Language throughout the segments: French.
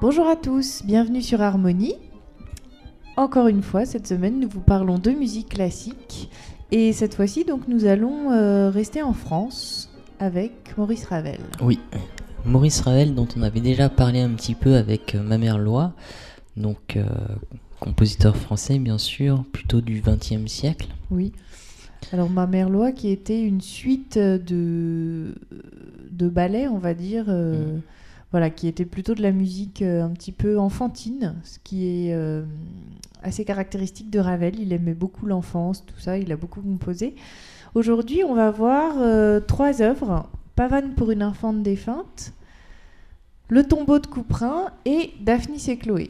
Bonjour à tous, bienvenue sur Harmonie. Encore une fois, cette semaine, nous vous parlons de musique classique. Et cette fois-ci, donc, nous allons rester en France avec Maurice Ravel. Oui, Maurice Ravel, dont on avait déjà parlé un petit peu avec Ma Mère Loi, donc compositeur français, bien sûr, plutôt du XXe siècle. Oui. Alors, Ma Mère Loi, qui était une suite de ballets, on va dire, voilà, qui était plutôt de la musique un petit peu enfantine, ce qui est assez caractéristique de Ravel. Il aimait beaucoup l'enfance, tout ça, il a beaucoup composé. Aujourd'hui, on va voir 3 œuvres: Pavane pour une infante défunte, Le tombeau de Couperin et Daphnis et Chloé.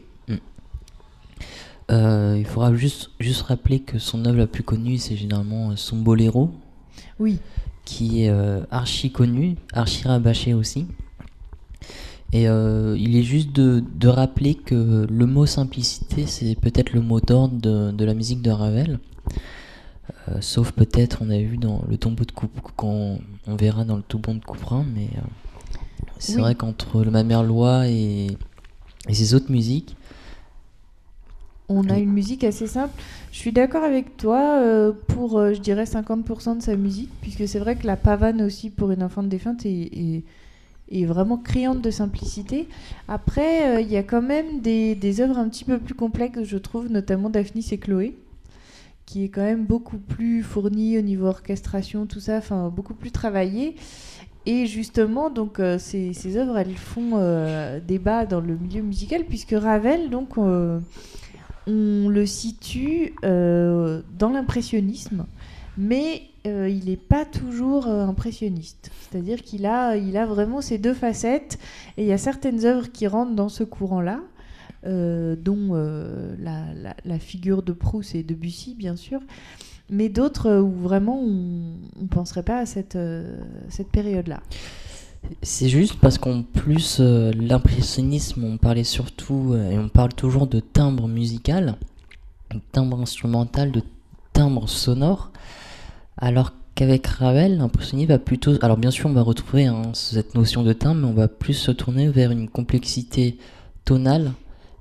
Il faudra juste rappeler que son œuvre la plus connue, c'est généralement son Boléro. Oui. Qui est archi connu, archi rabâché aussi. Et il est juste de rappeler que le mot simplicité, c'est peut-être le mot d'ordre de la musique de Ravel. Sauf peut-être, on a vu dans le tombeau de Couperin, quand on verra dans le tombeau de Couperin, mais c'est vrai qu'entre le Ma Mère Loi et ses autres musiques, on a une musique assez simple. Je suis d'accord avec toi pour, je dirais, 50% de sa musique, puisque c'est vrai que la pavane aussi pour une infante défunte est vraiment criante de simplicité. Après, il y a quand même des œuvres un petit peu plus complexes, je trouve, notamment Daphnis et Chloé, qui est quand même beaucoup plus fournie au niveau orchestration, tout ça, enfin beaucoup plus travaillé. Et justement, donc ces œuvres, elles font débat dans le milieu musical, puisque Ravel, donc on le situe dans l'impressionnisme, mais il n'est pas toujours impressionniste. C'est-à-dire qu'il a vraiment ces deux facettes, et il y a certaines œuvres qui rentrent dans ce courant-là, dont la figure de Proust et Debussy, bien sûr, mais d'autres où vraiment on ne penserait pas à cette période-là. c'est juste parce qu'en plus, l'impressionnisme, on parlait surtout, et on parle toujours de timbre musical, de timbre instrumental, de timbre sonore, alors qu'avec Ravel, l'impressionnisme va plutôt... Alors bien sûr, on va retrouver cette notion de timbre, mais on va plus se tourner vers une complexité tonale,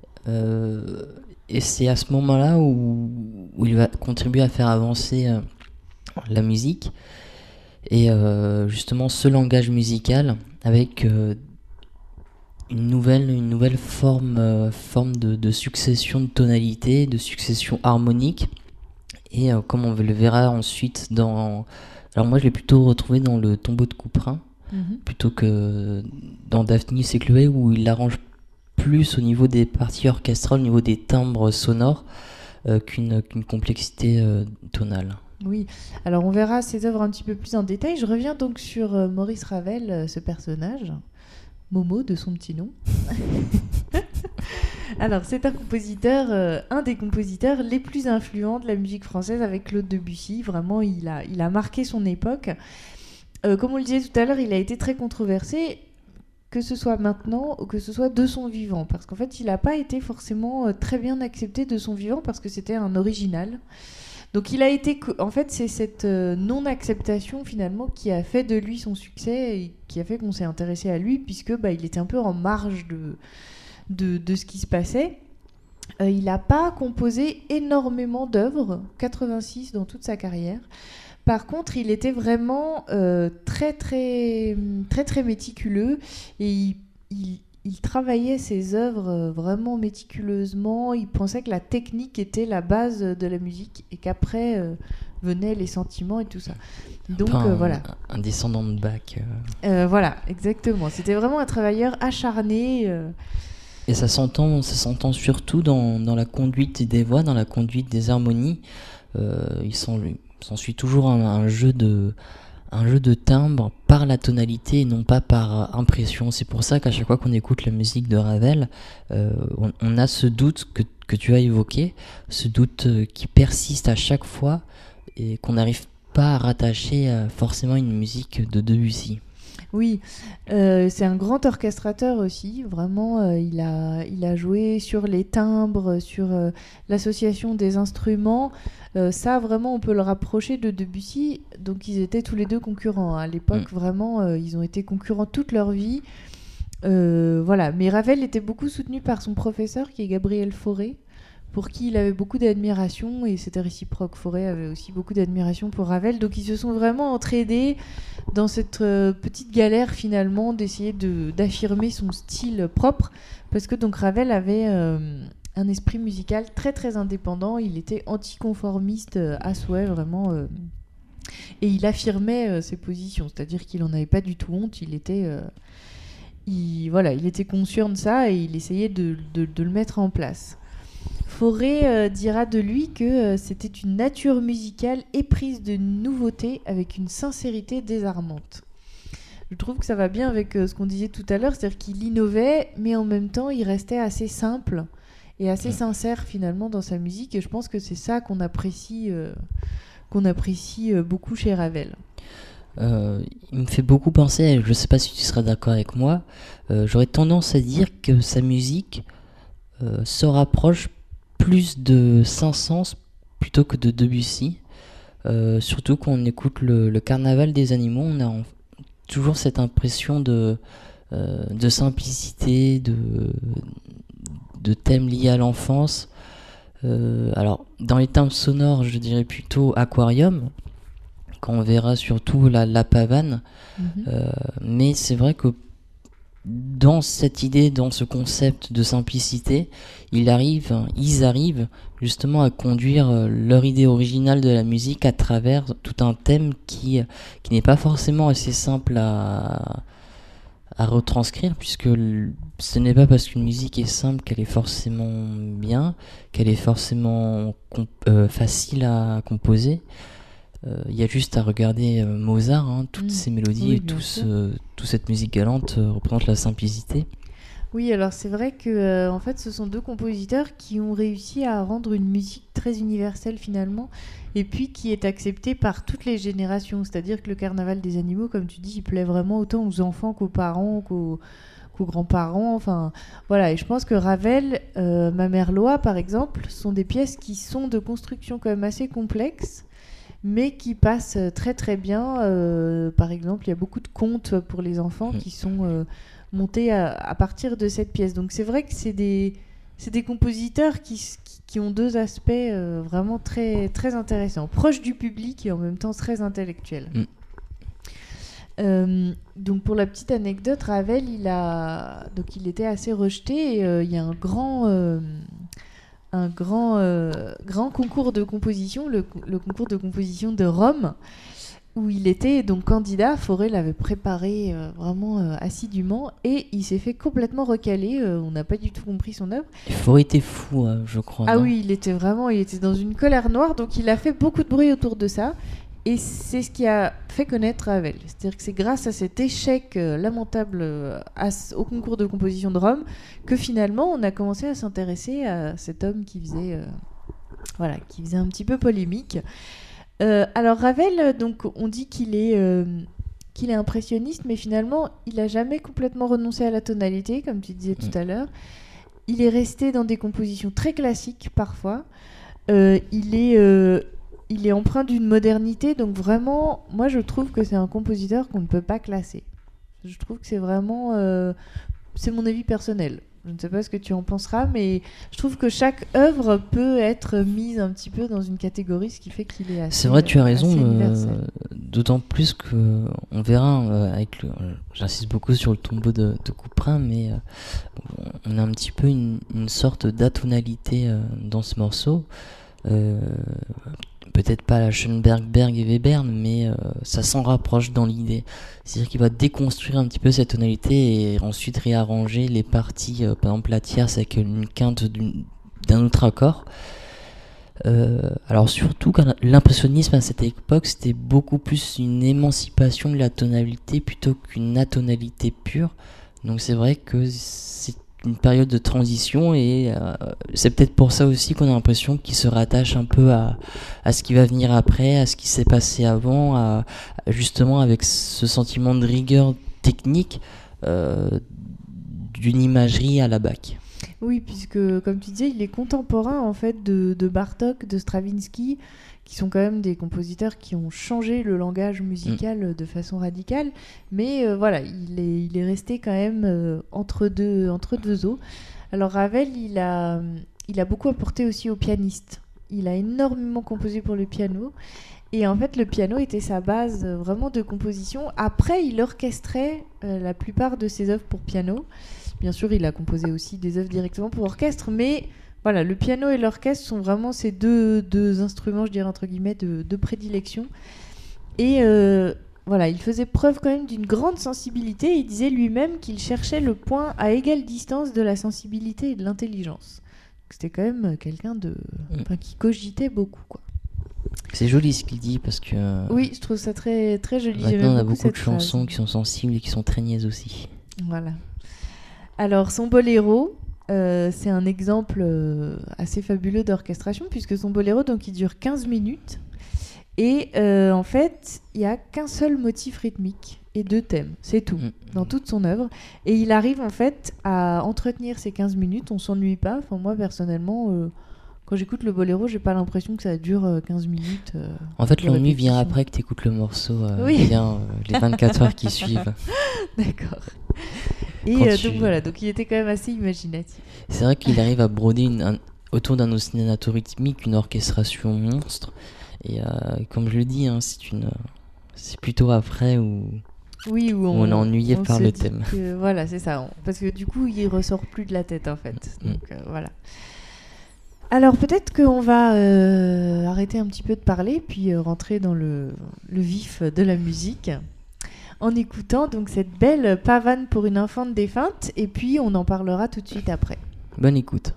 et c'est à ce moment-là où il va contribuer à faire avancer la musique. Et justement ce langage musical avec une nouvelle forme de succession de tonalités, de succession harmonique, et comme on le verra ensuite alors moi je l'ai plutôt retrouvé dans le tombeau de Couperin, plutôt que dans Daphnis et Chloé, où il l'arrange plus au niveau des parties orchestrales, au niveau des timbres sonores, qu'une complexité tonale. Oui, alors on verra ces œuvres un petit peu plus en détail. Je reviens donc sur Maurice Ravel, ce personnage, Momo de son petit nom. Alors c'est un compositeur, un des compositeurs les plus influents de la musique française avec Claude Debussy. Vraiment, il a marqué son époque. Comme on le disait tout à l'heure, il a été très controversé, que ce soit maintenant ou que ce soit de son vivant. Parce qu'en fait, il n'a pas été forcément très bien accepté de son vivant parce que c'était un original. Donc il a été... En fait, c'est cette non-acceptation finalement qui a fait de lui son succès et qui a fait qu'on s'est intéressé à lui, puisque il était un peu en marge de ce qui se passait. Il n'a pas composé énormément d'œuvres, 86 dans toute sa carrière. Par contre, il était vraiment très, très, très, très méticuleux, et il travaillait ses œuvres vraiment méticuleusement. Il pensait que la technique était la base de la musique et qu'après venaient les sentiments et tout ça. Donc voilà. Un descendant de Bach. Voilà, exactement. C'était vraiment un travailleur acharné. Et ça s'entend surtout dans la conduite des voix, dans la conduite des harmonies. Il s'ensuit toujours un jeu de timbre par la tonalité et non pas par impression. C'est pour ça qu'à chaque fois qu'on écoute la musique de Ravel, on a ce doute que tu as évoqué, ce doute qui persiste à chaque fois et qu'on n'arrive pas à rattacher à forcément une musique de Debussy. Oui, c'est un grand orchestrateur aussi. Vraiment, il a joué sur les timbres, sur l'association des instruments. Ça, vraiment, on peut le rapprocher de Debussy. Donc, ils étaient tous les deux concurrents. À l'époque, vraiment, ils ont été concurrents toute leur vie. Voilà, mais Ravel était beaucoup soutenu par son professeur qui est Gabriel Fauré, pour qui il avait beaucoup d'admiration, et c'était réciproque. Fauré avait aussi beaucoup d'admiration pour Ravel, donc ils se sont vraiment entraidés dans cette petite galère finalement d'essayer d'affirmer son style propre, parce que donc Ravel avait un esprit musical très très indépendant, il était anticonformiste à souhait vraiment, et il affirmait ses positions, c'est-à-dire qu'il n'en avait pas du tout honte, il était conscient de ça et il essayait de le mettre en place. Fauré dira de lui que c'était une nature musicale éprise de nouveautés avec une sincérité désarmante. Je trouve que ça va bien avec ce qu'on disait tout à l'heure, c'est-à-dire qu'il innovait, mais en même temps il restait assez simple et assez sincère finalement dans sa musique, et je pense que c'est ça qu'on apprécie beaucoup chez Ravel. Il me fait beaucoup penser, je ne sais pas si tu seras d'accord avec moi, j'aurais tendance à dire que sa musique se rapproche plus de Saint-Saëns plutôt que de Debussy. Surtout quand on écoute le Carnaval des animaux, on a toujours cette impression de simplicité, de thèmes liés à l'enfance. Alors, dans les termes sonores, je dirais plutôt aquarium, quand on verra surtout la pavane. Mais c'est vrai que dans cette idée, dans ce concept de simplicité, ils arrivent justement à conduire leur idée originale de la musique à travers tout un thème qui n'est pas forcément assez simple à retranscrire, puisque ce n'est pas parce qu'une musique est simple qu'elle est forcément bien, qu'elle est forcément facile à composer. Il y a juste à regarder Mozart, toutes ces mélodies et toute cette musique galante représente la simplicité. Oui, alors c'est vrai que en fait, ce sont deux compositeurs qui ont réussi à rendre une musique très universelle finalement, et puis qui est acceptée par toutes les générations. C'est-à-dire que le Carnaval des animaux, comme tu dis, il plaît vraiment autant aux enfants qu'aux parents, qu'aux grands-parents. Enfin, voilà. Et je pense que Ravel, Ma Mère Loa, par exemple, sont des pièces qui sont de construction quand même assez complexe, mais qui passent très très bien. Par exemple, il y a beaucoup de contes pour les enfants qui sont montés à partir de cette pièce. Donc c'est vrai que c'est des compositeurs qui ont deux aspects vraiment très, très intéressants, proches du public et en même temps très intellectuels. Donc pour la petite anecdote, Ravel, il était assez rejeté, et il y a un grand concours de composition, le concours de composition de Rome, où il était donc candidat. Fauré l'avait préparé vraiment assidûment, et il s'est fait complètement recaler. On n'a pas du tout compris son œuvre. Fauré était fou, je crois. Ah non oui, il était dans une colère noire, donc il a fait beaucoup de bruit autour de ça. Et c'est ce qui a fait connaître Ravel. C'est-à-dire que c'est grâce à cet échec lamentable au concours de composition de Rome que finalement on a commencé à s'intéresser à cet homme qui faisait un petit peu polémique. Alors Ravel, donc on dit qu'il est impressionniste, mais finalement il n'a jamais complètement renoncé à la tonalité, comme tu disais tout à l'heure. Il est resté dans des compositions très classiques parfois. Il est empreint d'une modernité, donc vraiment, moi je trouve que c'est un compositeur qu'on ne peut pas classer. Je trouve que c'est vraiment... c'est mon avis personnel. Je ne sais pas ce que tu en penseras, mais je trouve que chaque œuvre peut être mise un petit peu dans une catégorie, ce qui fait qu'il est assez... C'est vrai, tu as raison, d'autant plus que on verra, j'insiste beaucoup sur le tombeau de Couperin, mais on a un petit peu une sorte d'atonalité dans ce morceau. Peut-être pas la Schoenberg, Berg et Webern, mais ça s'en rapproche dans l'idée. C'est-à-dire qu'il va déconstruire un petit peu cette tonalité et ensuite réarranger les parties, par exemple la tierce avec une quinte d'un autre accord. Alors surtout quand l'impressionnisme à cette époque, c'était beaucoup plus une émancipation de la tonalité plutôt qu'une atonalité pure. Donc c'est vrai que c'est une période de transition, et c'est peut-être pour ça aussi qu'on a l'impression qu'il se rattache un peu à ce qui va venir après, à ce qui s'est passé avant, justement avec ce sentiment de rigueur technique d'une imagerie à la Bach. Oui, puisque, comme tu disais, il est contemporain en fait de Bartók, de Stravinsky, qui sont quand même des compositeurs qui ont changé le langage Mm. musical de façon radicale. Mais voilà, il est resté quand même entre deux eaux. Alors Ravel, il a beaucoup apporté aussi aux pianistes. Il a énormément composé pour le piano. Et en fait, le piano était sa base vraiment de composition. Après, il orchestrait la plupart de ses œuvres pour piano. Bien sûr, il a composé aussi des œuvres directement pour orchestre, mais voilà, le piano et l'orchestre sont vraiment ces deux instruments, je dirais entre guillemets, de prédilection. Et voilà, il faisait preuve quand même d'une grande sensibilité. Il disait lui-même qu'il cherchait le point à égale distance de la sensibilité et de l'intelligence. Donc, c'était quand même quelqu'un Mm. enfin, qui cogitait beaucoup, quoi. C'est joli ce qu'il dit parce que Oui, je trouve ça très, très joli. J'aimais maintenant on a beaucoup beaucoup de cette phrase. chansons qui sont sensibles et qui sont très niaises aussi. Voilà. Alors, son boléro, c'est un exemple assez fabuleux d'orchestration, puisque son boléro, donc, il dure 15 minutes. Et en fait, il n'y a qu'un seul motif rythmique et deux thèmes. C'est tout, dans toute son œuvre. Et il arrive, en fait, à entretenir ces 15 minutes. On s'ennuie pas. Enfin, moi, personnellement, quand j'écoute le boléro, j'ai pas l'impression que ça dure 15 minutes. En fait, de l'ennui vient répétition. après que tu écoutes le morceau, Oui. bien les 24 heures qui suivent. D'accord. Et Quand donc tu... voilà, donc il était quand même assez imaginatif. C'est vrai qu'il arrive à broder autour d'un ostinato rythmique une orchestration monstre. Et comme je le dis, hein, c'est plutôt après où Oui, où on est ennuyé on par se le dit thème. que voilà, c'est ça. Parce que du coup, il ressort plus de la tête en fait. Mm. Donc voilà. Alors peut-être qu'on va arrêter un petit peu de parler, puis rentrer dans le vif de la musique, en écoutant donc cette belle pavane pour une infante défunte, et puis on en parlera tout de suite après. Bonne écoute.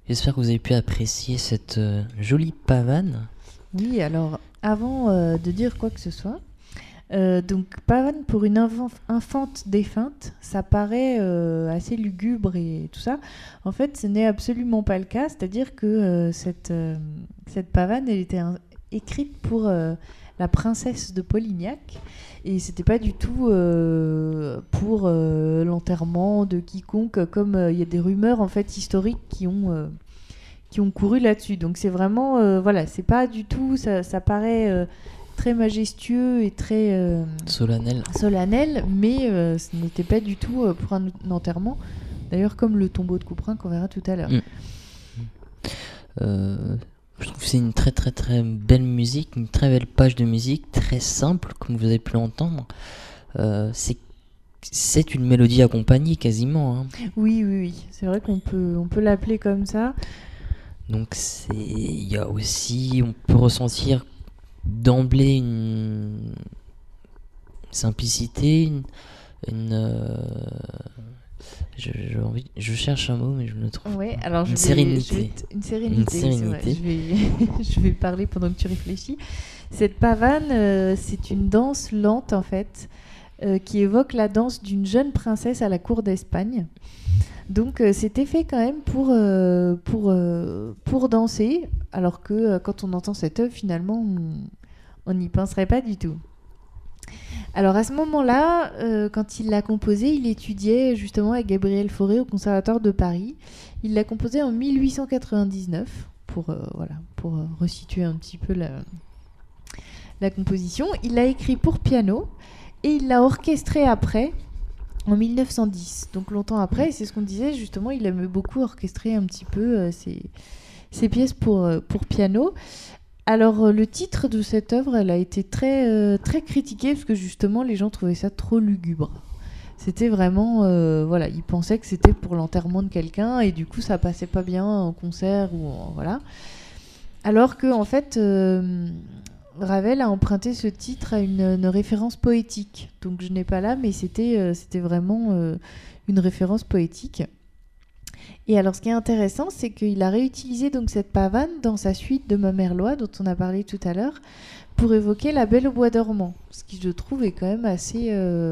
J'espère que vous avez pu apprécier cette jolie pavane. Oui, alors avant de dire quoi que ce soit, donc pavane pour une infante défunte, ça paraît assez lugubre et tout ça. En fait, ce n'est absolument pas le cas, c'est-à-dire que cette pavane, elle était écrite pour la princesse de Polignac. Et c'était pas du tout pour l'enterrement de quiconque, comme il y a des rumeurs en fait historiques qui ont couru là-dessus. Donc c'est vraiment, voilà, c'est pas du tout, ça paraît très majestueux et très solennel, mais ce n'était pas du tout pour un enterrement. D'ailleurs, comme le tombeau de Couperin qu'on verra tout à l'heure. Je trouve que c'est une très très très belle musique, une très belle page de musique, très simple, comme vous avez pu l'entendre. C'est une mélodie accompagnée quasiment. Hein. Oui, c'est vrai qu'on peut l'appeler comme ça. Donc il y a aussi, on peut ressentir d'emblée une simplicité, je cherche un mot mais je ne le trouve pas. Ouais, alors Une sérénité. Une sérénité. C'est vrai. Je vais parler pendant que tu réfléchis. Cette pavane, c'est une danse lente en fait, qui évoque la danse d'une jeune princesse à la cour d'Espagne. Donc c'était fait quand même pour danser, alors que quand on entend cette œuvre, finalement, on n'y penserait pas du tout. Alors à ce moment-là, quand il l'a composée, il étudiait justement avec Gabriel Fauré au Conservatoire de Paris. Il l'a composée en 1899, pour resituer un petit peu la composition. Il l'a écrit pour piano et il l'a orchestré après, en 1910, donc longtemps après. Et c'est ce qu'on disait, justement, il aimait beaucoup orchestrer un petit peu ses pièces pour piano. Alors, le titre de cette œuvre, elle a été très, très critiquée parce que justement, les gens trouvaient ça trop lugubre. C'était vraiment, voilà, ils pensaient que c'était pour l'enterrement de quelqu'un et du coup, ça passait pas bien en concert ou voilà. Alors que, en fait, Ravel a emprunté ce titre à une référence poétique. Donc, je n'ai pas là, mais c'était vraiment une référence poétique. Et alors, ce qui est intéressant, c'est qu'il a réutilisé donc cette pavane dans sa suite de Mamerlois, dont on a parlé tout à l'heure, pour évoquer La Belle au bois dormant. Ce qui, je trouve, est quand même assez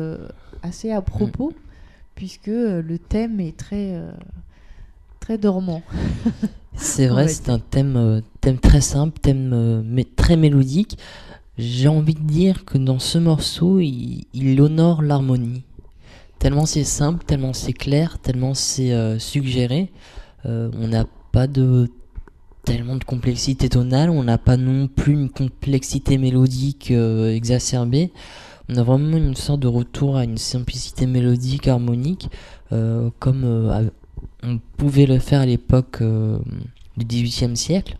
à propos, puisque le thème est très, très dormant. C'est vrai, c'est un thème très simple, mais très mélodique. J'ai envie de dire que dans ce morceau, il honore l'harmonie. Tellement c'est simple, tellement c'est clair, tellement c'est suggéré. On n'a pas tellement de complexité tonale, on n'a pas non plus une complexité mélodique exacerbée. On a vraiment une sorte de retour à une simplicité mélodique, harmonique, comme on pouvait le faire à l'époque du XVIIIe siècle.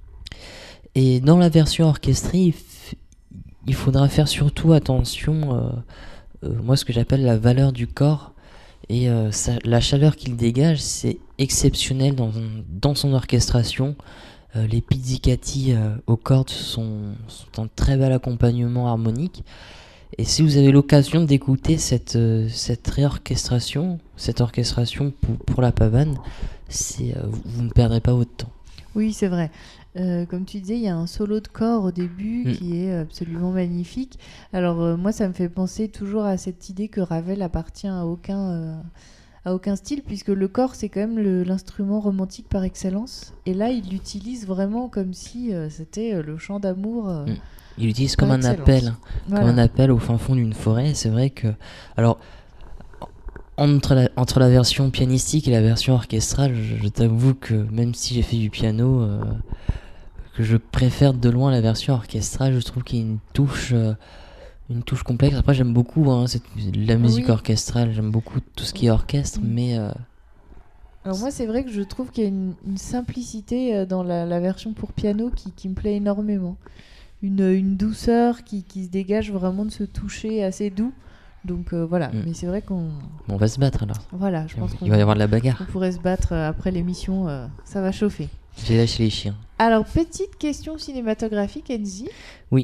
Et dans la version orchestrée, il faudra faire surtout attention, moi ce que j'appelle la valeur du corps et la chaleur qu'il dégage, c'est exceptionnel dans son orchestration. Les pizzicati aux cordes sont un très bel accompagnement harmonique. Et si vous avez l'occasion d'écouter cette réorchestration, cette orchestration pour la pavane, vous ne perdrez pas votre temps. Oui, c'est vrai. Comme tu disais, il y a un solo de corps au début qui est absolument magnifique. Alors moi, ça me fait penser toujours à cette idée que Ravel appartient à aucun style, puisque le corps, c'est quand même l'instrument romantique par excellence. Et là, il l'utilise vraiment comme si c'était le chant d'amour. Il l'utilise comme un appel, voilà. Comme un appel au fin fond d'une forêt. C'est vrai que... Alors, entre la version pianistique et la version orchestrale, je t'avoue que même si j'ai fait du piano, que je préfère de loin la version orchestrale. Je trouve qu'il y a une touche complexe. Après, j'aime beaucoup la musique orchestrale, j'aime beaucoup tout ce qui est orchestre, mais... Alors moi, c'est vrai que je trouve qu'il y a une simplicité dans la version pour piano qui me plaît énormément. Une douceur qui se dégage vraiment de ce toucher assez doux. Donc voilà, mais c'est vrai qu'on... On va se battre alors. Voilà, je pense qu'il va y avoir de la bagarre. On pourrait se battre après l'émission, ça va chauffer. J'ai lâché les chiens. Alors, petite question cinématographique, Enzi. Oui.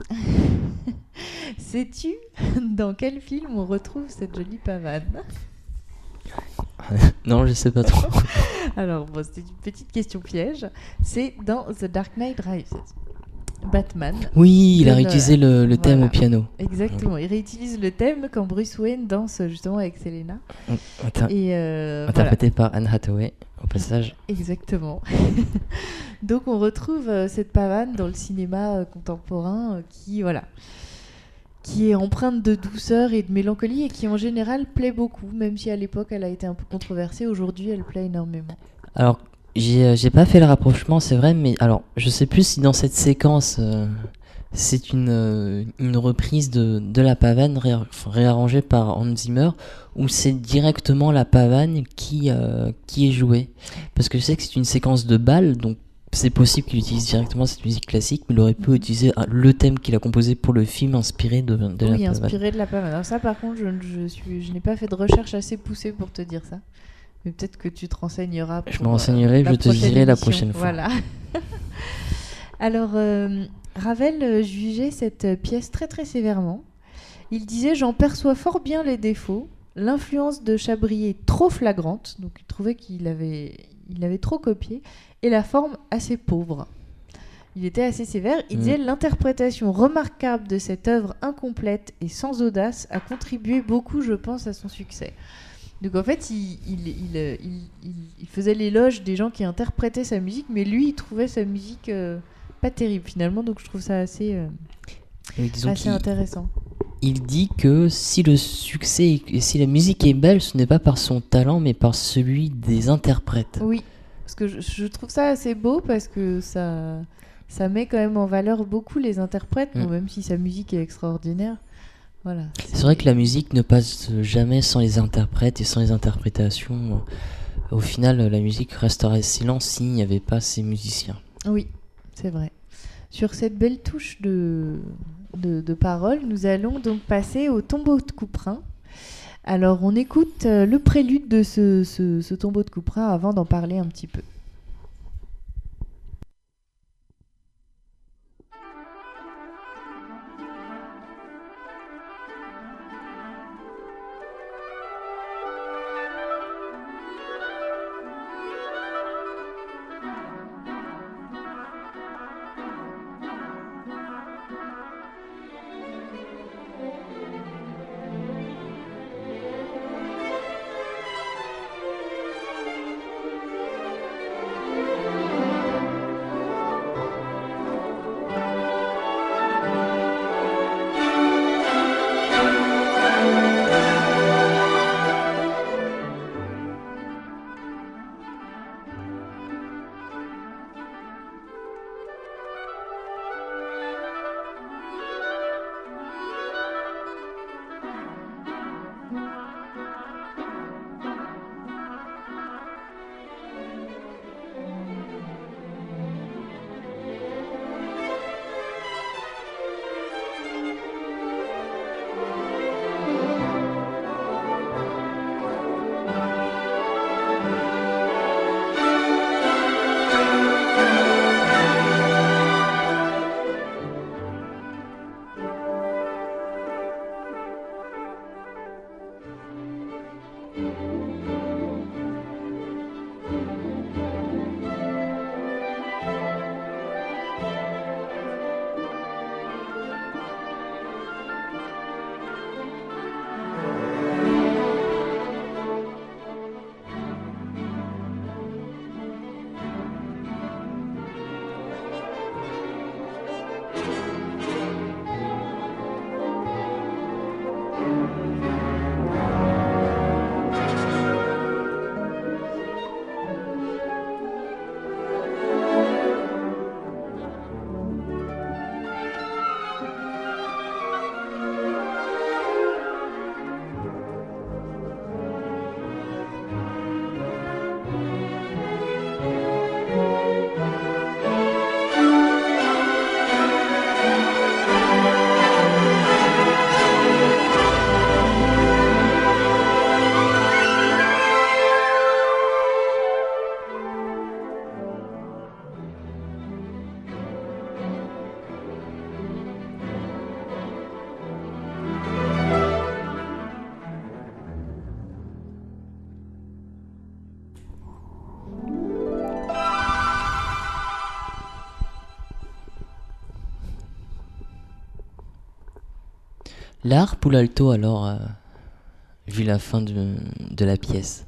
Sais-tu dans quel film on retrouve cette jolie pavane ? Non, je sais pas trop. Alors, bon, c'était une petite question piège. C'est dans The Dark Knight Rises. Batman. Oui, il a de réutilisé le thème Voilà. au piano. Exactement. Il réutilise le thème quand Bruce Wayne danse justement avec Selena. Et voilà. Interprété par Anne Hathaway, au passage. Exactement. Donc on retrouve cette pavane dans le cinéma contemporain qui est empreinte de douceur et de mélancolie et qui en général plaît beaucoup, même si à l'époque elle a été un peu controversée. Aujourd'hui, elle plaît énormément. Alors, j'ai pas fait le rapprochement, c'est vrai, mais alors, je sais plus si dans cette séquence, c'est une reprise de la pavane réarrangée par Hans Zimmer, ou c'est directement la pavane qui est jouée. Parce que je sais que c'est une séquence de bal, donc c'est possible qu'il utilise directement cette musique classique, mais il aurait pu utiliser le thème qu'il a composé pour le film inspiré de la pavane. Oui, inspiré de la pavane. Alors ça, par contre, je n'ai pas fait de recherche assez poussée pour te dire ça. Mais peut-être que tu te renseigneras. Je me renseignerai, je te dirai la prochaine fois. Voilà. Alors, Ravel jugeait cette pièce très très sévèrement. Il disait « J'en perçois fort bien les défauts. L'influence de Chabrier trop flagrante. » Donc il trouvait qu'il avait trop copié. Et la forme assez pauvre. Il était assez sévère. Il disait « L'interprétation remarquable de cette œuvre incomplète et sans audace a contribué beaucoup, je pense, à son succès. » Donc en fait, il faisait l'éloge des gens qui interprétaient sa musique, mais lui, il trouvait sa musique pas terrible finalement. Donc je trouve ça assez intéressant. Il dit que si le succès et si la musique est belle, ce n'est pas par son talent, mais par celui des interprètes. Oui, parce que je trouve ça assez beau parce que ça met quand même en valeur beaucoup les interprètes, bon, même si sa musique est extraordinaire. Voilà. C'est vrai que la musique ne passe jamais sans les interprètes et sans les interprétations. Au final, la musique resterait silence s'il n'y avait pas ces musiciens. Oui, c'est vrai. Sur cette belle touche de paroles, nous allons donc passer au tombeau de Couperin. Alors, on écoute le prélude de ce tombeau de Couperin avant d'en parler un petit peu. La harpe ou l'alto alors, vu la fin de la pièce?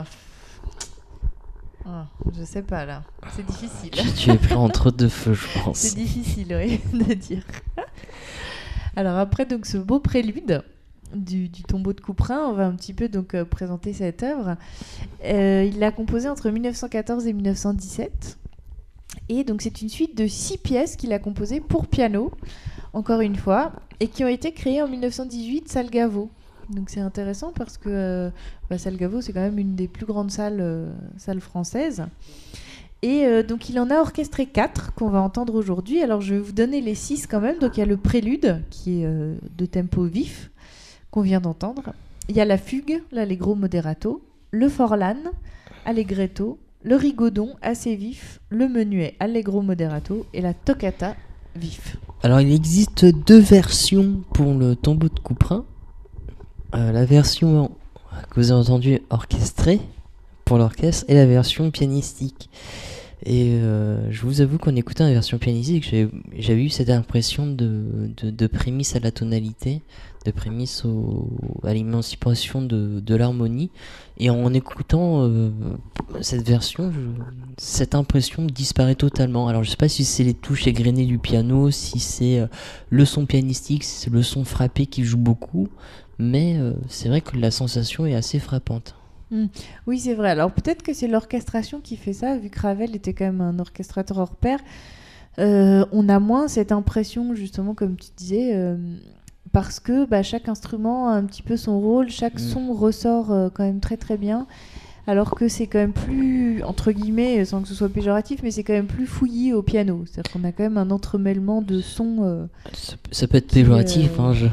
Je sais pas là, c'est difficile. Tu es pris entre deux feux, je pense. C'est difficile, oui, de dire. Alors après donc ce beau prélude du tombeau de Couperin, on va un petit peu donc présenter cette œuvre. Il l'a composée entre 1914 et 1917. Et donc c'est une suite de 6 pièces qu'il a composées pour piano, encore une fois, et qui ont été créées en 1918 salle Gaveau. Donc c'est intéressant parce que salle Gaveau c'est quand même une des plus grandes salles françaises. Et donc il en a orchestré 4 qu'on va entendre aujourd'hui. Alors je vais vous donner les 6 quand même. Donc il y a le prélude qui est de tempo vif qu'on vient d'entendre. Il y a la fugue, l'allegro moderato, le forlan, allegretto, le rigodon assez vif, le menuet allegro moderato et la toccata vif. Alors il existe 2 versions pour le tombeau de Couperin. La version que vous avez entendue orchestrée pour l'orchestre et la version pianistique. Et je vous avoue qu'en écoutant la version pianistique, j'avais eu cette impression de prémisse à la tonalité, de prémisse à l'émancipation de l'harmonie. Et en écoutant cette version, cette impression disparaît totalement. Alors je sais pas si c'est les touches égrenées du piano, si c'est le son pianistique, si c'est le son frappé qui joue beaucoup, mais c'est vrai que la sensation est assez frappante. Oui, c'est vrai. Alors peut-être que c'est l'orchestration qui fait ça, vu que Ravel était quand même un orchestrateur hors pair. On a moins cette impression, justement, comme tu disais, parce que chaque instrument a un petit peu son rôle, chaque son ressort quand même très très bien, alors que c'est quand même plus, entre guillemets, sans que ce soit péjoratif, mais c'est quand même plus fouillis au piano. C'est-à-dire qu'on a quand même un entremêlement de sons. Ça peut être péjoratif,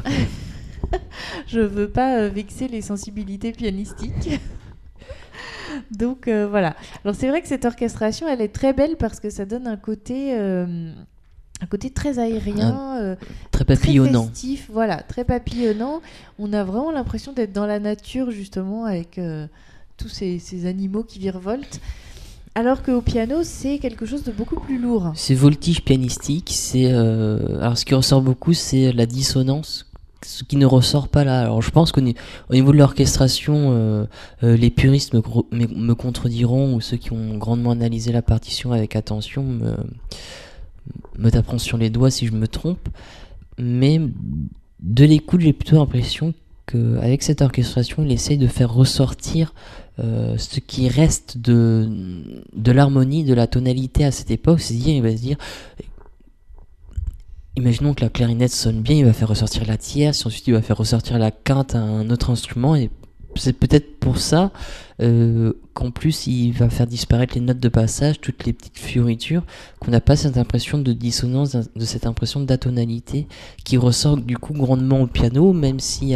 Je veux pas vexer les sensibilités pianistiques. Donc voilà. Alors c'est vrai que cette orchestration, elle est très belle parce que ça donne un côté très aérien, très papillonnant, très festif, voilà, très papillonnant. On a vraiment l'impression d'être dans la nature justement avec tous ces animaux qui virevoltent. Alors qu'au piano, c'est quelque chose de beaucoup plus lourd. C'est voltige pianistique. Alors ce qui ressort beaucoup, c'est la dissonance. Ce qui ne ressort pas là. Alors je pense qu'au niveau de l'orchestration, les puristes me contrediront, ou ceux qui ont grandement analysé la partition avec attention me taperont sur les doigts si je me trompe. Mais de l'écoute, j'ai plutôt l'impression qu'avec cette orchestration, il essaye de faire ressortir ce qui reste de l'harmonie, de la tonalité à cette époque. C'est-à-dire, il va se dire... Imaginons que la clarinette sonne bien, il va faire ressortir la tierce, ensuite il va faire ressortir la quinte à un autre instrument, et c'est peut-être pour ça qu'en plus il va faire disparaître les notes de passage, toutes les petites fioritures, qu'on n'a pas cette impression de dissonance, de cette impression d'atonalité qui ressort du coup grandement au piano, même si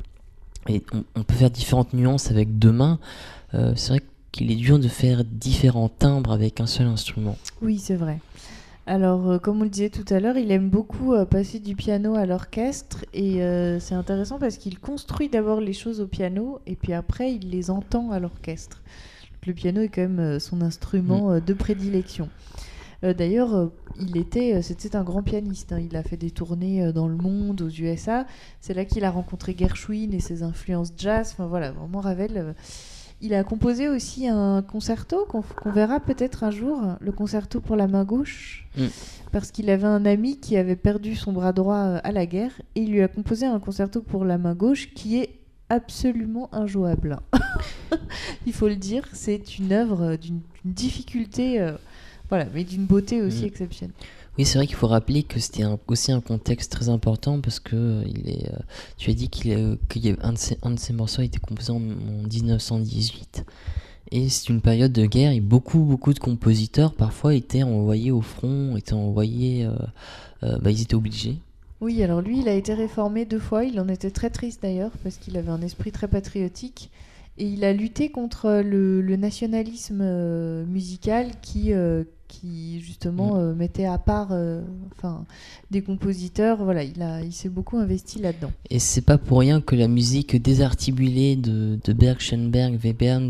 on peut faire différentes nuances avec 2 mains. C'est vrai qu'il est dur de faire différents timbres avec un seul instrument. Oui, c'est vrai. Alors, comme on le disait tout à l'heure, il aime beaucoup passer du piano à l'orchestre, et c'est intéressant parce qu'il construit d'abord les choses au piano et puis après il les entend à l'orchestre. Le piano est quand même son instrument de prédilection. D'ailleurs, c'était un grand pianiste, hein. Il a fait des tournées dans le monde, aux USA. C'est là qu'il a rencontré Gershwin et ses influences jazz. Enfin voilà, vraiment Ravel... Il a composé aussi un concerto qu'on verra peut-être un jour, le concerto pour la main gauche, parce qu'il avait un ami qui avait perdu son bras droit à la guerre, et il lui a composé un concerto pour la main gauche qui est absolument injouable. Il faut le dire, c'est une œuvre d'une difficulté, mais d'une beauté aussi exceptionnelle. Oui, c'est vrai qu'il faut rappeler que c'était aussi un contexte très important, parce que tu as dit qu'un de ces morceaux a été composé en 1918, et c'est une période de guerre, et beaucoup de compositeurs parfois étaient envoyés au front, ils étaient obligés. Oui, alors lui, il a été réformé 2 fois, il en était très triste d'ailleurs, parce qu'il avait un esprit très patriotique, et il a lutté contre le nationalisme musical qui justement mettait à part des compositeurs. Voilà, il s'est beaucoup investi là-dedans. Et c'est pas pour rien que la musique désarticulée de Berg, Schoenberg, Webern,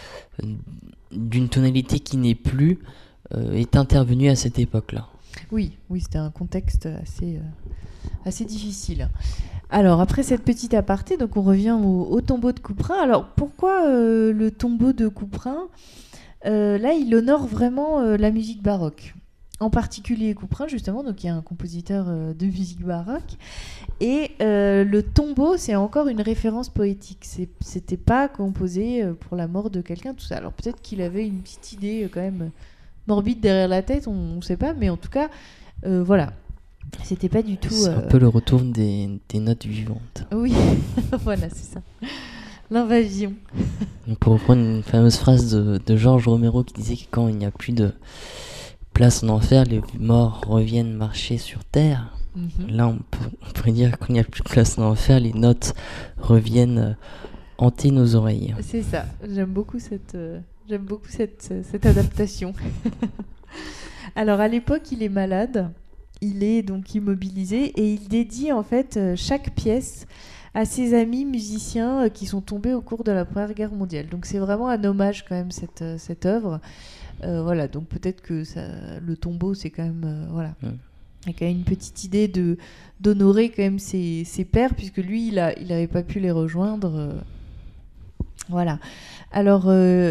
d'une tonalité qui n'est plus, est intervenue à cette époque-là. Oui, c'était un contexte assez difficile. Alors, après cette petite aparté, donc on revient au tombeau de Couperin. Alors, pourquoi le tombeau de Couperin? Là, il honore vraiment la musique baroque. En particulier Couperin, justement, donc il y a un compositeur de musique baroque. Et le tombeau, c'est encore une référence poétique. C'était pas composé pour la mort de quelqu'un, tout ça. Alors peut-être qu'il avait une petite idée quand même morbide derrière la tête, on ne sait pas, mais en tout cas, voilà. C'était pas du tout. C'est un peu le retour des notes vivantes. Oui, voilà, c'est ça. L'invasion. Pour reprendre une fameuse phrase de Georges Romero qui disait que quand il n'y a plus de place en enfer, les morts reviennent marcher sur terre. Là, on pourrait dire qu'il n'y a plus de place en enfer, les notes reviennent hanter nos oreilles. C'est ça. J'aime beaucoup cette adaptation. Alors, à l'époque, il est malade. Il est donc immobilisé et il dédie en fait chaque pièce à ses amis musiciens qui sont tombés au cours de la Première Guerre mondiale. Donc c'est vraiment un hommage quand même cette œuvre. Voilà, donc peut-être que le tombeau c'est quand même voilà. Il y a quand même une petite idée d'honorer quand même ses pères puisque lui il avait pas pu les rejoindre. Voilà. Alors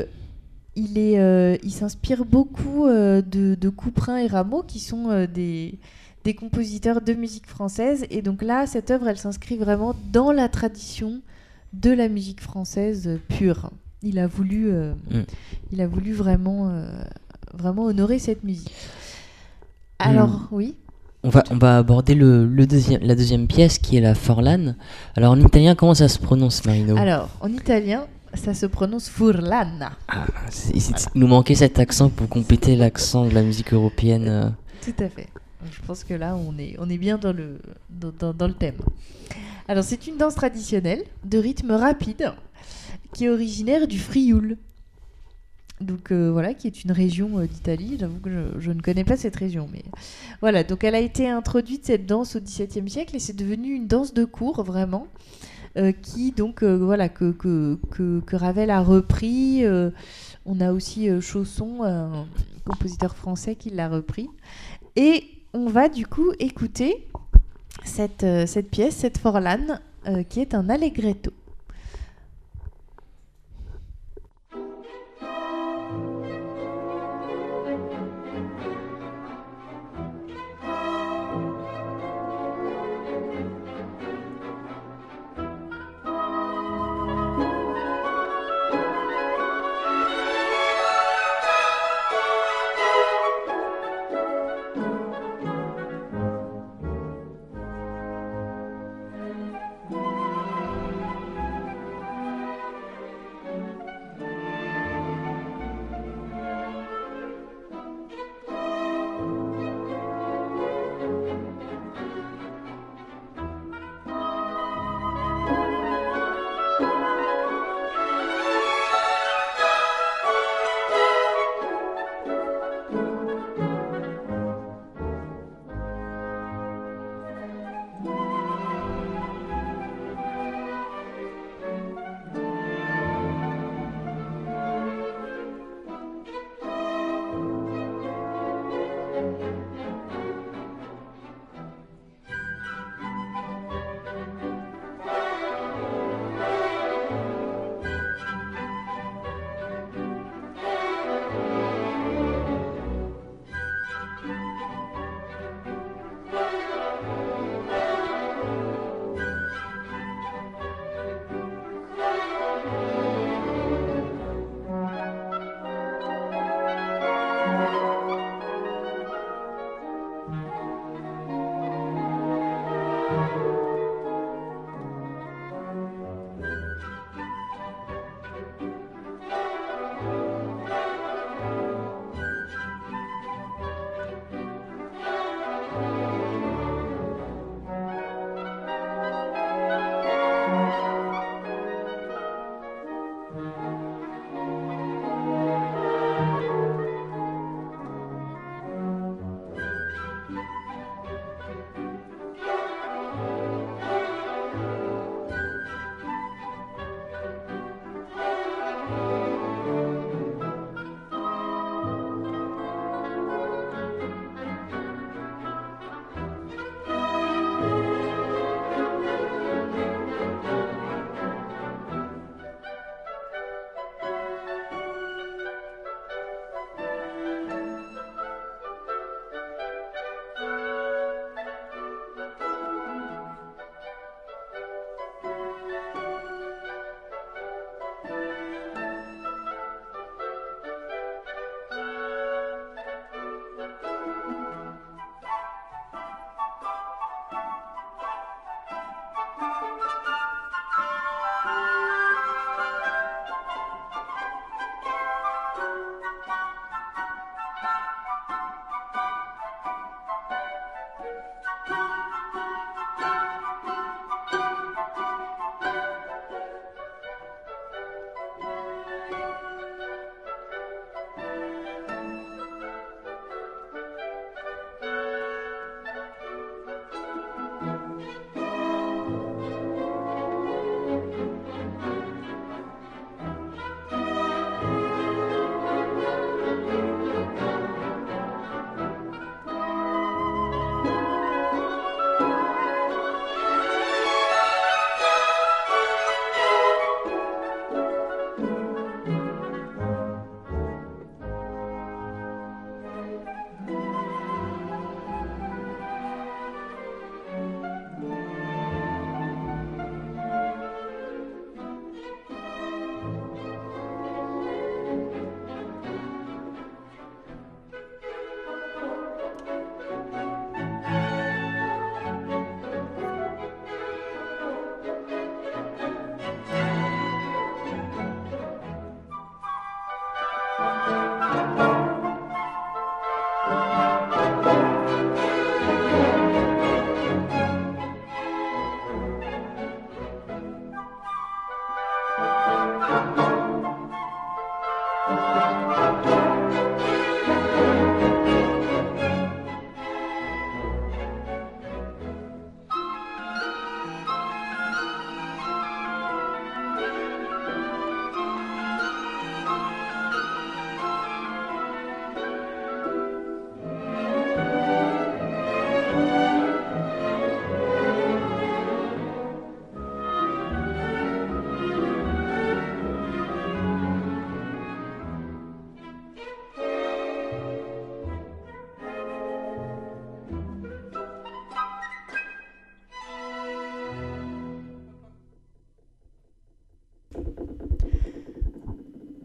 il s'inspire beaucoup de Couperin et Rameau, qui sont des compositeurs de musique française. Et donc là, cette œuvre, elle s'inscrit vraiment dans la tradition de la musique française pure. Il a voulu vraiment, vraiment honorer cette musique. Alors, oui. On va aborder la deuxième pièce, qui est la Forlane. Alors, en italien, comment ça se prononce, Marino? Alors, en italien, ça se prononce Furlana. Ah, il nous manquait cet accent pour compléter l'accent de la musique européenne. Tout à fait. Donc, je pense que là, on est bien dans le thème. Alors, c'est une danse traditionnelle de rythme rapide qui est originaire du Frioul. Donc voilà, qui est une région d'Italie. J'avoue que je ne connais pas cette région, mais voilà. Donc elle a été introduite, cette danse, au XVIIe siècle, et c'est devenu une danse de cour vraiment, qui donc voilà que Ravel a repris. On a aussi Chausson, un compositeur français, qui l'a repris. Et on va du coup écouter cette pièce, cette Forlane, qui est un allegretto.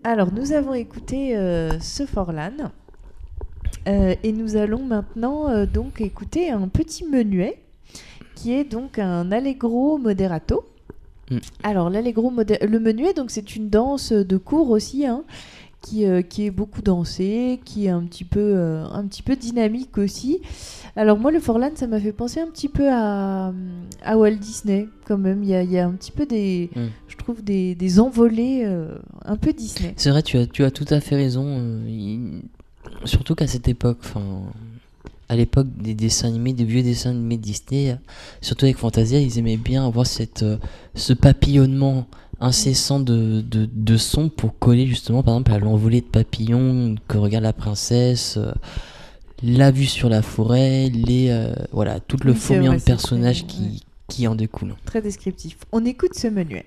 Alors, nous avons écouté ce Forlan et nous allons maintenant donc écouter un petit menuet qui est donc un allegro moderato. Alors, le menuet, donc c'est une danse de cour aussi, hein, qui est beaucoup dansée, qui est un petit peu dynamique aussi. Alors moi, le Forlan, ça m'a fait penser un petit peu à Walt Disney, quand même. Il y a un petit peu je trouve, des envolées un peu Disney. C'est vrai, tu as tout à fait raison. Surtout qu'à cette époque, à l'époque des dessins animés, des vieux dessins animés Disney, surtout avec Fantasia, ils aimaient bien avoir ce papillonnement incessant de sons pour coller justement par exemple à l'envolée de papillons que regarde la princesse, la vue sur la forêt, voilà, tout le fourmillement de personnages qui en découlent. Très descriptif. On écoute ce menuet.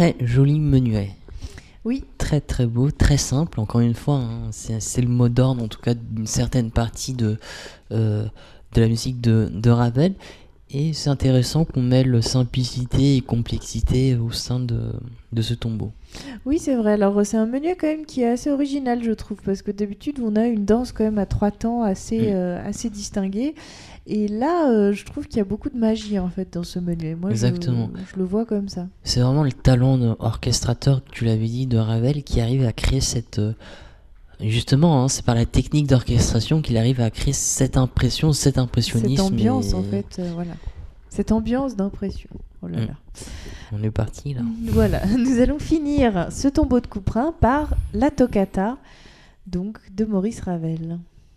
très joli menuet. Oui. Très très beau, très simple, encore une fois, hein, c'est le mot d'ordre en tout cas d'une certaine partie de la musique de Ravel. Et c'est intéressant qu'on mêle simplicité et complexité au sein de ce tombeau. Oui, c'est vrai. Alors, c'est un menuet quand même qui est assez original, je trouve, parce que d'habitude, on a une danse quand même à 3 temps assez distinguée. Et là, je trouve qu'il y a beaucoup de magie, en fait, dans ce menuet. Moi, Exactement. Je le vois comme ça. C'est vraiment le talent orchestrateur, tu l'avais dit, de Ravel qui arrive à créer cette... Justement, hein, c'est par la technique d'orchestration qu'il arrive à créer cette impression, cet impressionnisme. Cette ambiance, en fait, voilà. Cette ambiance d'impression. Oh là là. On est parti, là. Voilà, nous allons finir ce tombeau de Couperin par la toccata, donc, de Maurice Ravel.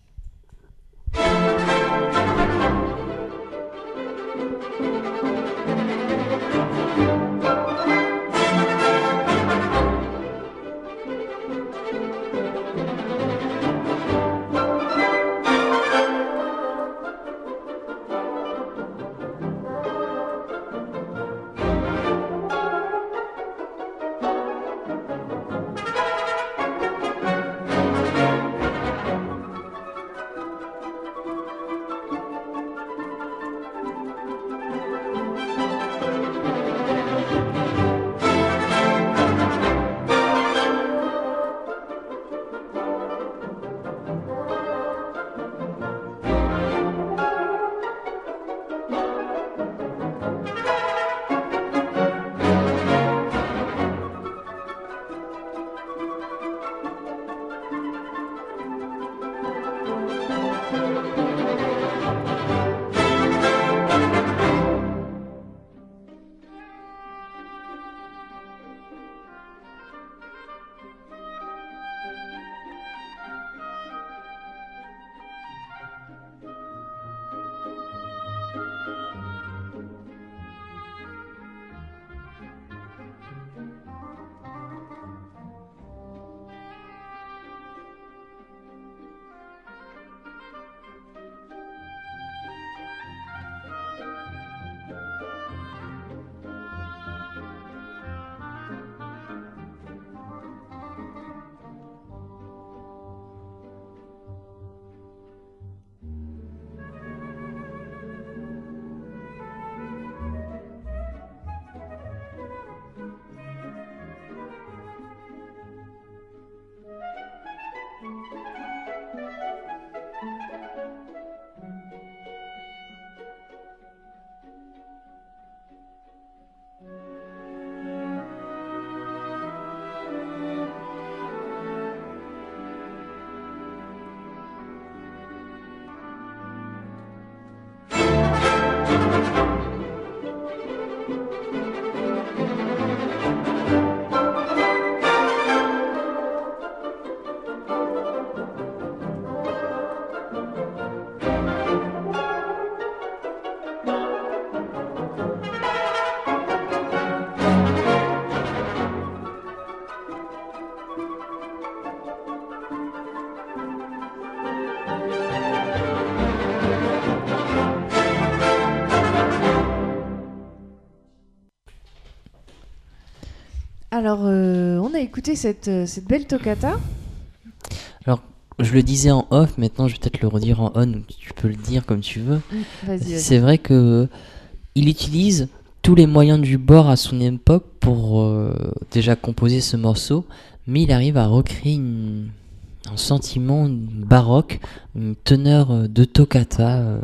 Alors, on a écouté cette belle toccata. Alors, je le disais en off, maintenant je vais peut-être le redire en on, tu peux le dire comme tu veux. Vas-y. C'est vrai que il utilise tous les moyens du bord à son époque pour déjà composer ce morceau, mais il arrive à recréer un sentiment baroque, une teneur de toccata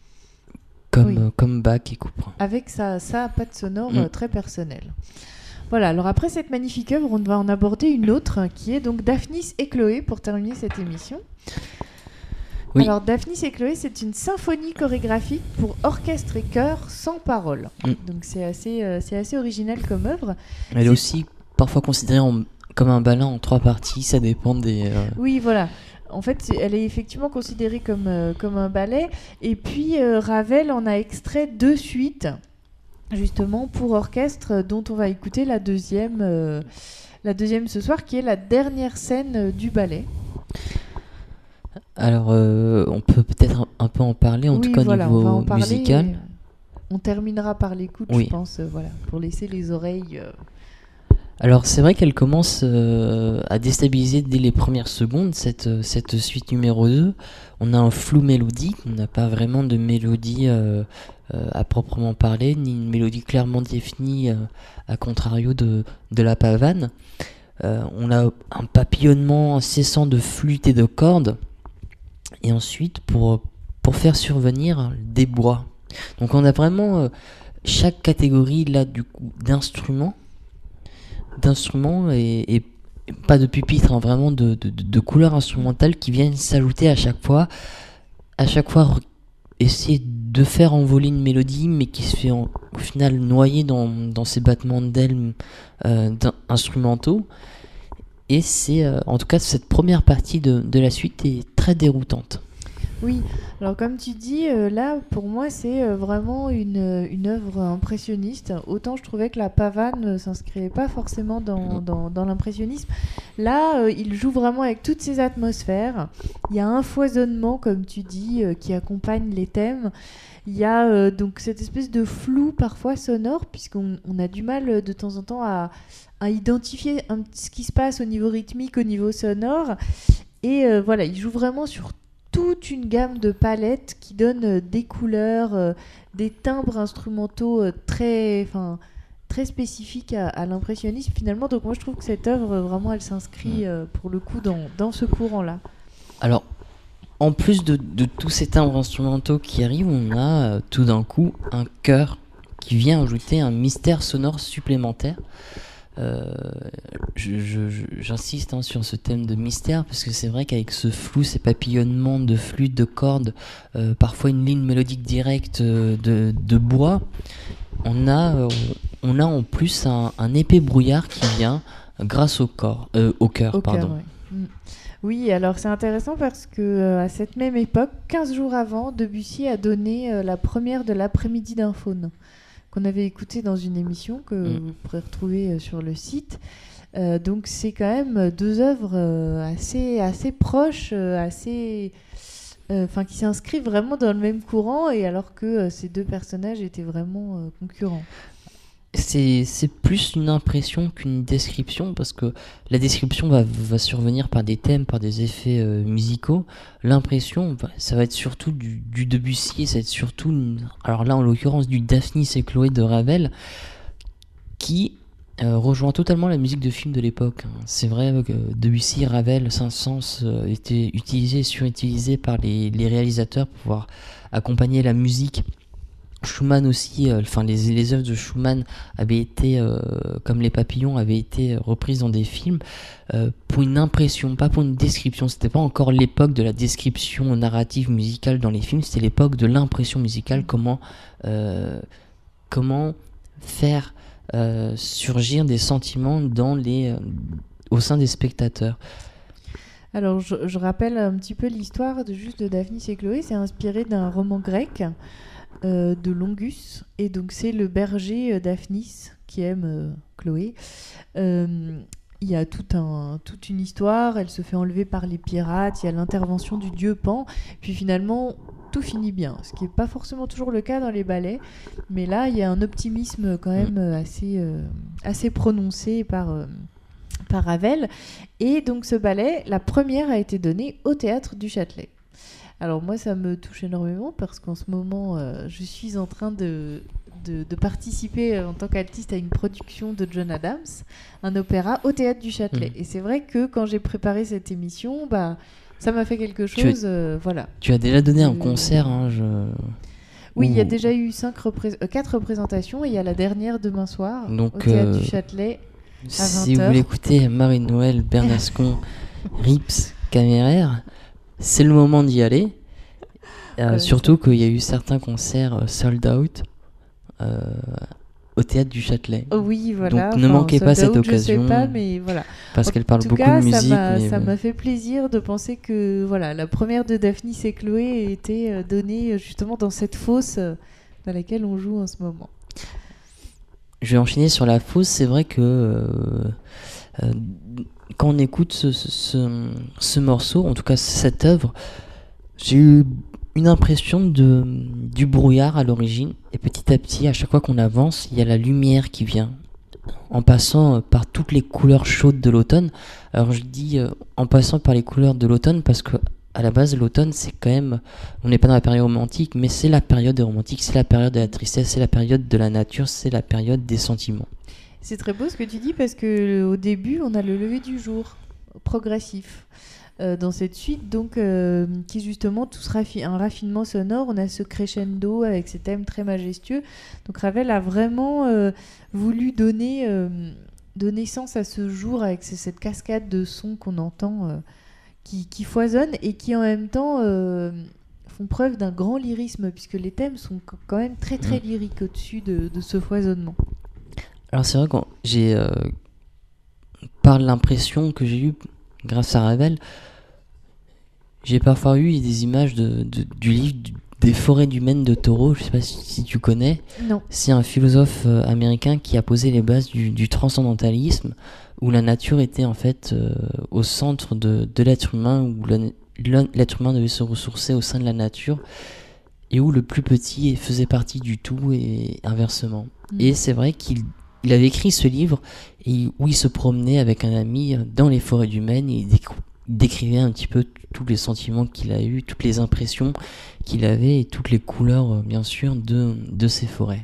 comme Bach et Couperin. Avec sa patte sonore très personnelle. Voilà, alors après cette magnifique œuvre, on va en aborder une autre qui est donc Daphnis et Chloé pour terminer cette émission. Oui. Alors Daphnis et Chloé, c'est une symphonie chorégraphique pour orchestre et chœur sans paroles. Donc c'est assez original comme œuvre. Elle est aussi parfois considérée comme un ballet en 3 parties, ça dépend des... Oui, voilà. En fait, elle est effectivement considérée comme un ballet. Et puis Ravel en a extrait 2 suites. Justement pour orchestre, dont on va écouter la deuxième ce soir, qui est la dernière scène du ballet. Alors, on peut peut-être un peu en parler, en tout cas au niveau musical. On terminera par l'écoute, je pense, pour laisser les oreilles Alors c'est vrai qu'elle commence à déstabiliser dès les premières secondes, cette suite numéro 2. On a un flou mélodique, on n'a pas vraiment de mélodie à proprement parler, ni une mélodie clairement définie à contrario de la pavane. On a un papillonnement incessant de flûtes et de cordes, et ensuite pour faire survenir des bois. Donc on a vraiment chaque catégorie là du coup d'instruments et pas de pupitre, hein, vraiment de couleurs instrumentales qui viennent s'ajouter à chaque fois essayer de faire envoler une mélodie mais qui se fait au final noyer dans ces battements d'ailes instrumentaux. Et c'est en tout cas cette première partie de la suite est très déroutante. Oui, alors comme tu dis, là pour moi c'est vraiment une œuvre impressionniste. Autant je trouvais que la pavane ne s'inscrivait pas forcément dans l'impressionnisme. Là, il joue vraiment avec toutes ces atmosphères. Il y a un foisonnement, comme tu dis, qui accompagne les thèmes. Il y a donc cette espèce de flou parfois sonore, puisqu'on a du mal de temps en temps à identifier ce qui se passe au niveau rythmique, au niveau sonore. Et voilà, il joue vraiment sur toute une gamme de palettes qui donne des couleurs, des timbres instrumentaux très spécifiques à l'impressionnisme finalement. Donc moi je trouve que cette œuvre vraiment elle s'inscrit pour le coup dans ce courant-là. Alors en plus de tous ces timbres instrumentaux qui arrivent, on a tout d'un coup un chœur qui vient ajouter un mystère sonore supplémentaire. J'insiste sur ce thème de mystère parce que c'est vrai qu'avec ce flou, ces papillonnements de flûtes, de cordes, parfois une ligne mélodique directe de bois, on a en plus un épais brouillard qui vient grâce au chœur. Ouais. Oui, alors c'est intéressant parce que à cette même époque, 15 jours avant, Debussy a donné la première de l'après-midi d'un faune qu'on avait écouté dans une émission que vous pourrez retrouver sur le site. Donc c'est quand même deux œuvres assez proches, qui s'inscrivent vraiment dans le même courant, et alors que ces deux personnages étaient vraiment concurrents. C'est plus une impression qu'une description, parce que la description va survenir par des thèmes, par des effets musicaux. L'impression, ça va être surtout du Debussy, ça va être surtout, alors là en l'occurrence du Daphnis et Chloé de Ravel, qui rejoint totalement la musique de film de l'époque. C'est vrai que Debussy, Ravel, Saint-Saëns étaient utilisés, surutilisés par les réalisateurs pour pouvoir accompagner la musique. Schumann aussi, les œuvres de Schumann avaient été, comme Les Papillons, avaient été reprises dans des films pour une impression, pas pour une description. C'était pas encore l'époque de la description narrative musicale dans les films, c'était l'époque de l'impression musicale. Comment faire surgir des sentiments au sein des spectateurs. Alors je rappelle un petit peu l'histoire de Daphnis et Chloé. C'est inspiré d'un roman grec de Longus, et donc c'est le berger Daphnis qui aime Chloé. Il y a toute une histoire, elle se fait enlever par les pirates, il y a l'intervention du dieu Pan, puis finalement tout finit bien, ce qui n'est pas forcément toujours le cas dans les ballets, mais là il y a un optimisme quand même assez prononcé par Ravel. Et donc ce ballet, la première a été donnée au Théâtre du Châtelet. Alors moi, ça me touche énormément parce qu'en ce moment, je suis en train de participer en tant qu'artiste à une production de John Adams, un opéra au Théâtre du Châtelet. Et c'est vrai que quand j'ai préparé cette émission, ça m'a fait quelque chose. Voilà. Tu as déjà donné un concert, Oui, il y a déjà eu 4 représentations, et il y a la dernière demain soir au Théâtre du Châtelet à 20h. Si vous voulez écouter Marie-Noël Bernascon, Rips, Caméraire, c'est le moment d'y aller. Surtout qu'il y a eu certains concerts sold out au Théâtre du Châtelet. Oui, voilà. Donc ne manquez pas cette occasion. Je sais pas, mais voilà. Parce qu'elle parle beaucoup de musique. Ça m'a fait plaisir de penser que voilà, la première de Daphnis et Chloé était donnée justement dans cette fosse dans laquelle on joue en ce moment. Je vais enchaîner sur la fosse. C'est vrai que quand on écoute ce morceau, en tout cas cette œuvre, j'ai eu une impression du brouillard à l'origine, et petit à petit, à chaque fois qu'on avance, il y a la lumière qui vient en passant par toutes les couleurs chaudes de l'automne. Alors je dis en passant par les couleurs de l'automne parce que à la base l'automne c'est quand même, on n'est pas dans la période romantique, mais c'est la période des romantiques, c'est la période de la tristesse, c'est la période de la nature, c'est la période des sentiments. C'est très beau ce que tu dis parce que au début, on a le lever du jour progressif dans cette suite, donc qui est justement tout un raffinement sonore. On a ce crescendo avec ces thèmes très majestueux. Donc Ravel a vraiment voulu donner sens à ce jour avec cette cascade de sons qu'on entend qui foisonnent et qui en même temps font preuve d'un grand lyrisme puisque les thèmes sont quand même très très lyriques au-dessus de ce foisonnement. Alors c'est vrai que j'ai, par l'impression que j'ai eue grâce à Ravel, j'ai parfois eu des images du livre des forêts du Maine de Thoreau, je sais pas si tu connais. Non. C'est un philosophe américain qui a posé les bases du transcendantalisme, où la nature était en fait au centre de l'être humain, où l'être humain devait se ressourcer au sein de la nature, et où le plus petit faisait partie du tout et inversement. Et c'est vrai qu'il avait écrit ce livre où il se promenait avec un ami dans les forêts du Maine et il décrivait un petit peu tous les sentiments qu'il a eus, toutes les impressions qu'il avait et toutes les couleurs, bien sûr, de ces forêts.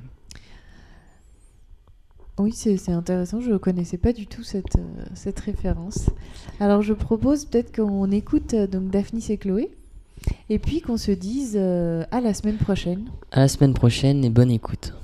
Oui, c'est intéressant, je ne connaissais pas du tout cette référence. Alors je propose peut-être qu'on écoute donc Daphnis et Chloé, et puis qu'on se dise à la semaine prochaine. À la semaine prochaine et bonne écoute.